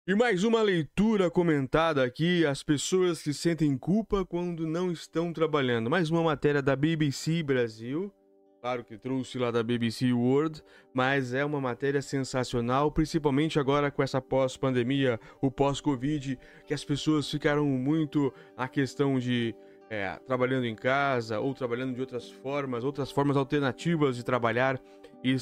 E mais uma leitura comentada aqui, as pessoas que sentem culpa quando não estão trabalhando. Mais uma matéria da BBC Brasil, claro que trouxe lá da BBC World, mas é uma matéria sensacional, principalmente agora com essa pós-pandemia, o pós-Covid, que as pessoas ficaram muito na questão de trabalhando em casa ou trabalhando de outras formas alternativas de trabalhar e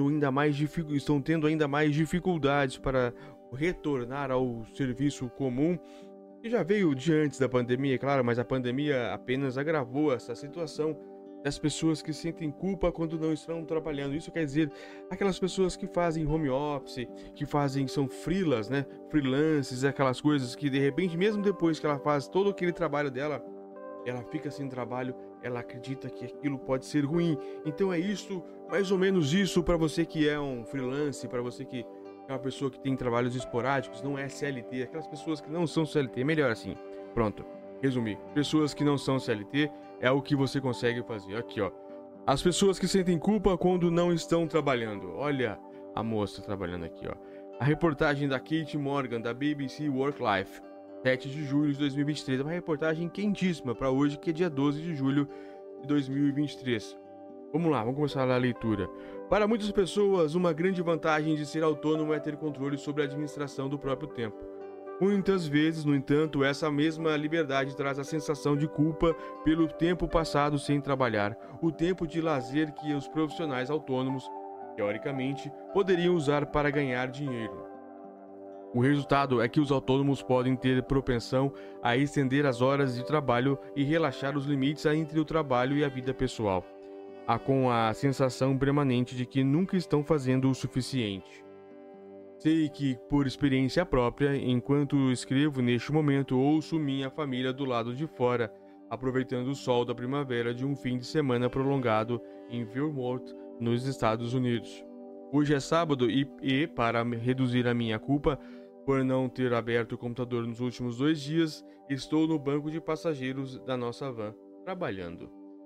estão tendo ainda mais dificuldades para retornar ao serviço comum, que já veio de antes da pandemia, é claro, mas a pandemia apenas agravou essa situação das pessoas que sentem culpa quando não estão trabalhando. Isso quer dizer, aquelas pessoas que fazem home office, são freelas, né? Freelances, aquelas coisas que de repente, mesmo depois que ela faz todo aquele trabalho dela, ela fica sem trabalho, ela acredita que aquilo pode ser ruim. Então é isso, mais ou menos isso para você que é um freelance, para você que é uma pessoa que tem trabalhos esporádicos, não é CLT, aquelas pessoas que não são CLT, melhor assim. Pronto, resumir. Pessoas que não são CLT é o que você consegue fazer. Aqui, ó. As pessoas que sentem culpa quando não estão trabalhando. Olha a moça trabalhando aqui, ó. A reportagem da Kate Morgan, da BBC Work Life. 7 de julho de 2023. É uma reportagem quentíssima para hoje, que é dia 12 de julho de 2023. Vamos lá, vamos começar a leitura. Para muitas pessoas, uma grande vantagem de ser autônomo é ter controle sobre a administração do próprio tempo. Muitas vezes, no entanto, essa mesma liberdade traz a sensação de culpa pelo tempo passado sem trabalhar, o tempo de lazer que os profissionais autônomos, teoricamente, poderiam usar para ganhar dinheiro. O resultado é que os autônomos podem ter propensão a estender as horas de trabalho e relaxar os limites entre o trabalho e a vida pessoal, com a sensação permanente de que nunca estão fazendo o suficiente. Sei que, por experiência própria, enquanto escrevo neste momento, ouço minha família do lado de fora, aproveitando o sol da primavera de um fim de semana prolongado em Vermont, nos Estados Unidos. Hoje é sábado e, para reduzir a minha culpa por não ter aberto o computador nos últimos 2 dias, estou no banco de passageiros da nossa van, trabalhando.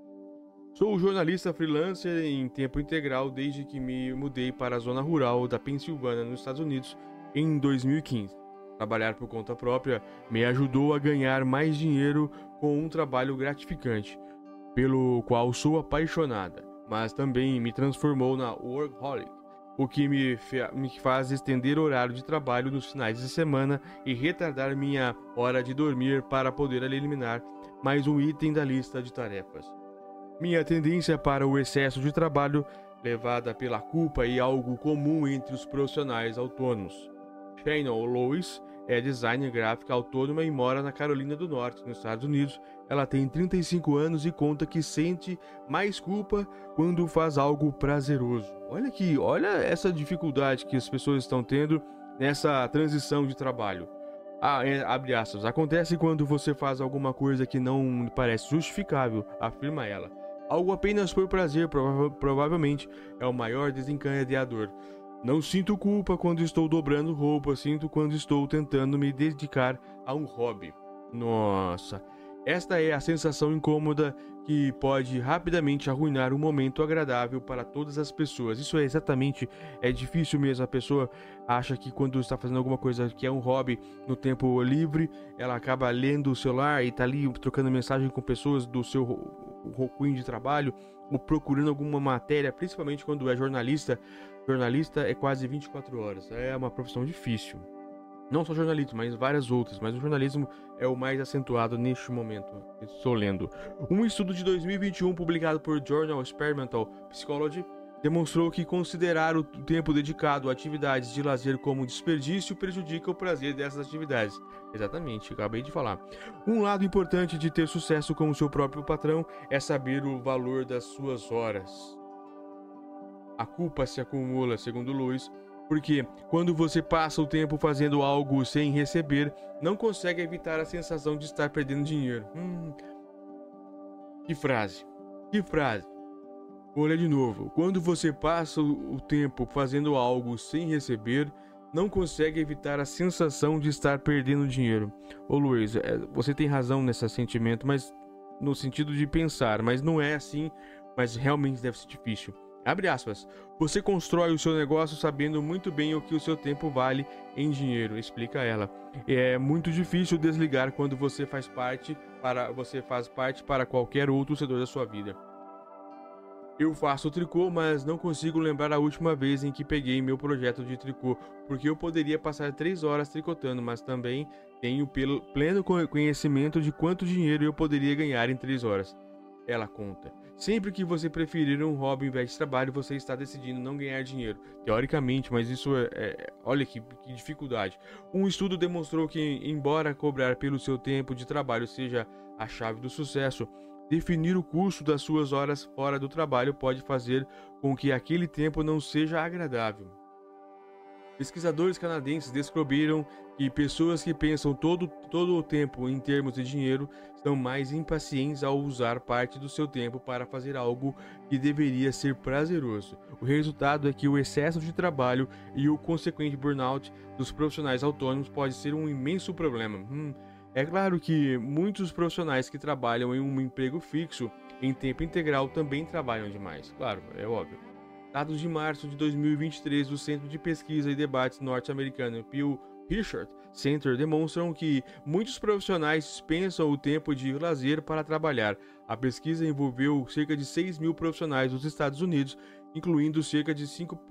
Sou jornalista freelancer em tempo integral desde que me mudei para a zona rural da Pensilvânia, nos Estados Unidos, em 2015. Trabalhar por conta própria me ajudou a ganhar mais dinheiro com um trabalho gratificante, pelo qual sou apaixonada, mas também me transformou na workaholic, o que me faz estender o horário de trabalho nos finais de semana e retardar minha hora de dormir para poder eliminar mais um item da lista de tarefas. Minha tendência para o excesso de trabalho, levada pela culpa, é algo comum entre os profissionais autônomos. Shannon Lois é designer gráfica autônoma e mora na Carolina do Norte, nos Estados Unidos. Ela tem 35 anos e conta que sente mais culpa quando faz algo prazeroso. Olha essa dificuldade que as pessoas estão tendo nessa transição de trabalho. Abre aspas, acontece quando você faz alguma coisa que não parece justificável, afirma ela. Algo apenas por prazer, provavelmente, é o maior desencadeador. Não sinto culpa quando estou dobrando roupa, sinto quando estou tentando me dedicar a um hobby. Nossa, esta é a sensação incômoda que pode rapidamente arruinar um momento agradável para todas as pessoas. Isso é difícil mesmo. A pessoa acha que quando está fazendo alguma coisa que é um hobby no tempo livre, ela acaba lendo o celular e está ali trocando mensagem com pessoas do seu roquinho de trabalho, ou procurando alguma matéria, principalmente quando é jornalista. Jornalista é quase 24 horas, é uma profissão difícil. Não só jornalismo, mas várias outras, mas o jornalismo é o mais acentuado neste momento. Estou lendo. Um estudo de 2021 publicado por Journal Experimental Psychology demonstrou que considerar o tempo dedicado a atividades de lazer como desperdício prejudica o prazer dessas atividades. Exatamente, acabei de falar. Um lado importante de ter sucesso como seu próprio patrão é saber o valor das suas horas. A culpa se acumula, segundo Lewis, porque quando você passa o tempo fazendo algo sem receber, não consegue evitar a sensação de estar perdendo dinheiro. Que frase. Vou ler de novo. Quando você passa o tempo fazendo algo sem receber, não consegue evitar a sensação de estar perdendo dinheiro. Ô Luiz, você tem razão nesse sentimento, mas no sentido de pensar, mas não é assim, mas realmente deve ser difícil. Abre aspas. Você constrói o seu negócio sabendo muito bem o que o seu tempo vale em dinheiro, explica ela. É muito difícil desligar quando você faz parte para qualquer outro setor da sua vida. Eu faço tricô, mas não consigo lembrar a última vez em que peguei meu projeto de tricô, porque eu poderia passar 3 horas tricotando, mas também tenho pleno conhecimento de quanto dinheiro eu poderia ganhar em 3 horas. Ela conta. Sempre que você preferir um hobby ao invés de trabalho, você está decidindo não ganhar dinheiro. Teoricamente, mas isso olha que dificuldade. Um estudo demonstrou que, embora cobrar pelo seu tempo de trabalho seja a chave do sucesso, definir o custo das suas horas fora do trabalho pode fazer com que aquele tempo não seja agradável. Pesquisadores canadenses descobriram que pessoas que pensam todo o tempo em termos de dinheiro estão mais impacientes ao usar parte do seu tempo para fazer algo que deveria ser prazeroso. O resultado é que o excesso de trabalho e o consequente burnout dos profissionais autônomos pode ser um imenso problema. É claro que muitos profissionais que trabalham em um emprego fixo em tempo integral também trabalham demais. Claro, é óbvio. Dados de março de 2023 do Centro de Pesquisa e Debates norte-americano Pew Research Center demonstram que muitos profissionais dispensam o tempo de lazer para trabalhar. A pesquisa envolveu cerca de 6 mil profissionais dos Estados Unidos, incluindo cerca de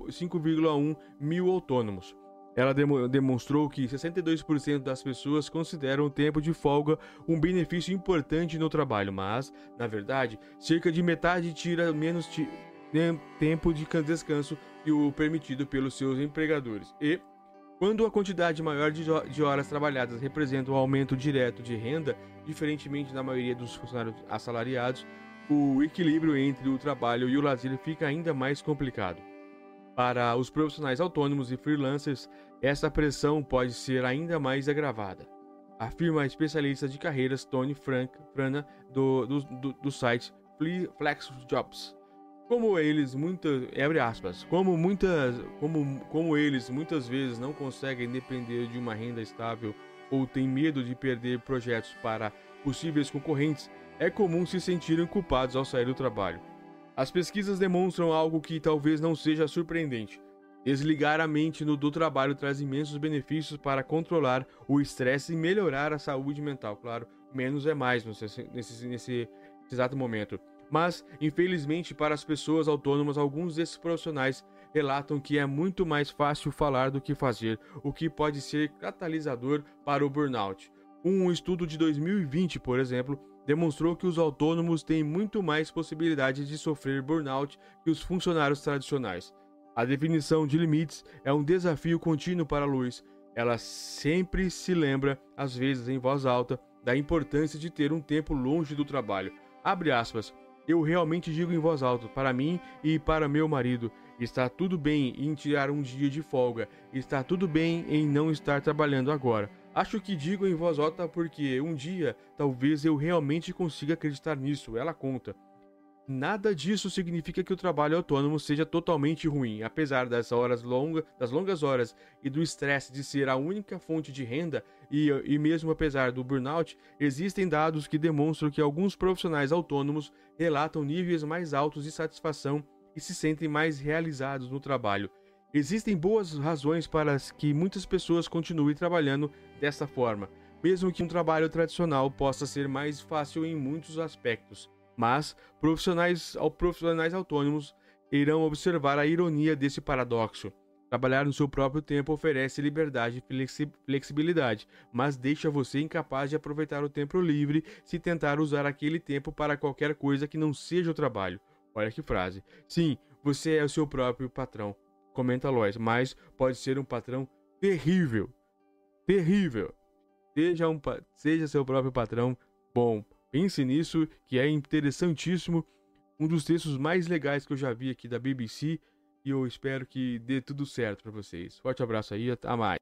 5,1 mil autônomos. Ela demonstrou que 62% das pessoas consideram o tempo de folga um benefício importante no trabalho, mas, na verdade, cerca de metade tira menos tempo de descanso que o permitido pelos seus empregadores. E, quando a quantidade maior de horas trabalhadas representa um aumento direto de renda, diferentemente da maioria dos funcionários assalariados, o equilíbrio entre o trabalho e o lazer fica ainda mais complicado. Para os profissionais autônomos e freelancers, essa pressão pode ser ainda mais agravada, afirma a especialista de carreiras Tony Frana do site FlexJobs. Como eles muitas vezes não conseguem depender de uma renda estável ou têm medo de perder projetos para possíveis concorrentes, é comum se sentirem culpados ao sair do trabalho. As pesquisas demonstram algo que talvez não seja surpreendente. Desligar a mente do trabalho traz imensos benefícios para controlar o estresse e melhorar a saúde mental. Claro, menos é mais nesse exato momento. Mas, infelizmente, para as pessoas autônomas, alguns desses profissionais relatam que é muito mais fácil falar do que fazer, o que pode ser catalisador para o burnout. Um estudo de 2020, por exemplo, demonstrou que os autônomos têm muito mais possibilidade de sofrer burnout que os funcionários tradicionais. A definição de limites é um desafio contínuo para Luiz. Ela sempre se lembra, às vezes em voz alta, da importância de ter um tempo longe do trabalho. Abre aspas. Eu realmente digo em voz alta, para mim e para meu marido, está tudo bem em tirar um dia de folga, está tudo bem em não estar trabalhando agora. Acho que digo em voz alta porque um dia talvez eu realmente consiga acreditar nisso, ela conta. Nada disso significa que o trabalho autônomo seja totalmente ruim, apesar das longas horas e do estresse de ser a única fonte de renda e mesmo apesar do burnout, existem dados que demonstram que alguns profissionais autônomos relatam níveis mais altos de satisfação e se sentem mais realizados no trabalho. Existem boas razões para que muitas pessoas continuem trabalhando dessa forma, mesmo que um trabalho tradicional possa ser mais fácil em muitos aspectos. Mas profissionais autônomos irão observar a ironia desse paradoxo. Trabalhar no seu próprio tempo oferece liberdade e flexibilidade, mas deixa você incapaz de aproveitar o tempo livre se tentar usar aquele tempo para qualquer coisa que não seja o trabalho. Olha que frase. Sim, você é o seu próprio patrão, comenta Lois, mas pode ser um patrão terrível. Terrível. Seja seu próprio patrão bom. Pense nisso, que é interessantíssimo, um dos textos mais legais que eu já vi aqui da BBC, e eu espero que dê tudo certo para vocês. Forte abraço aí, até mais.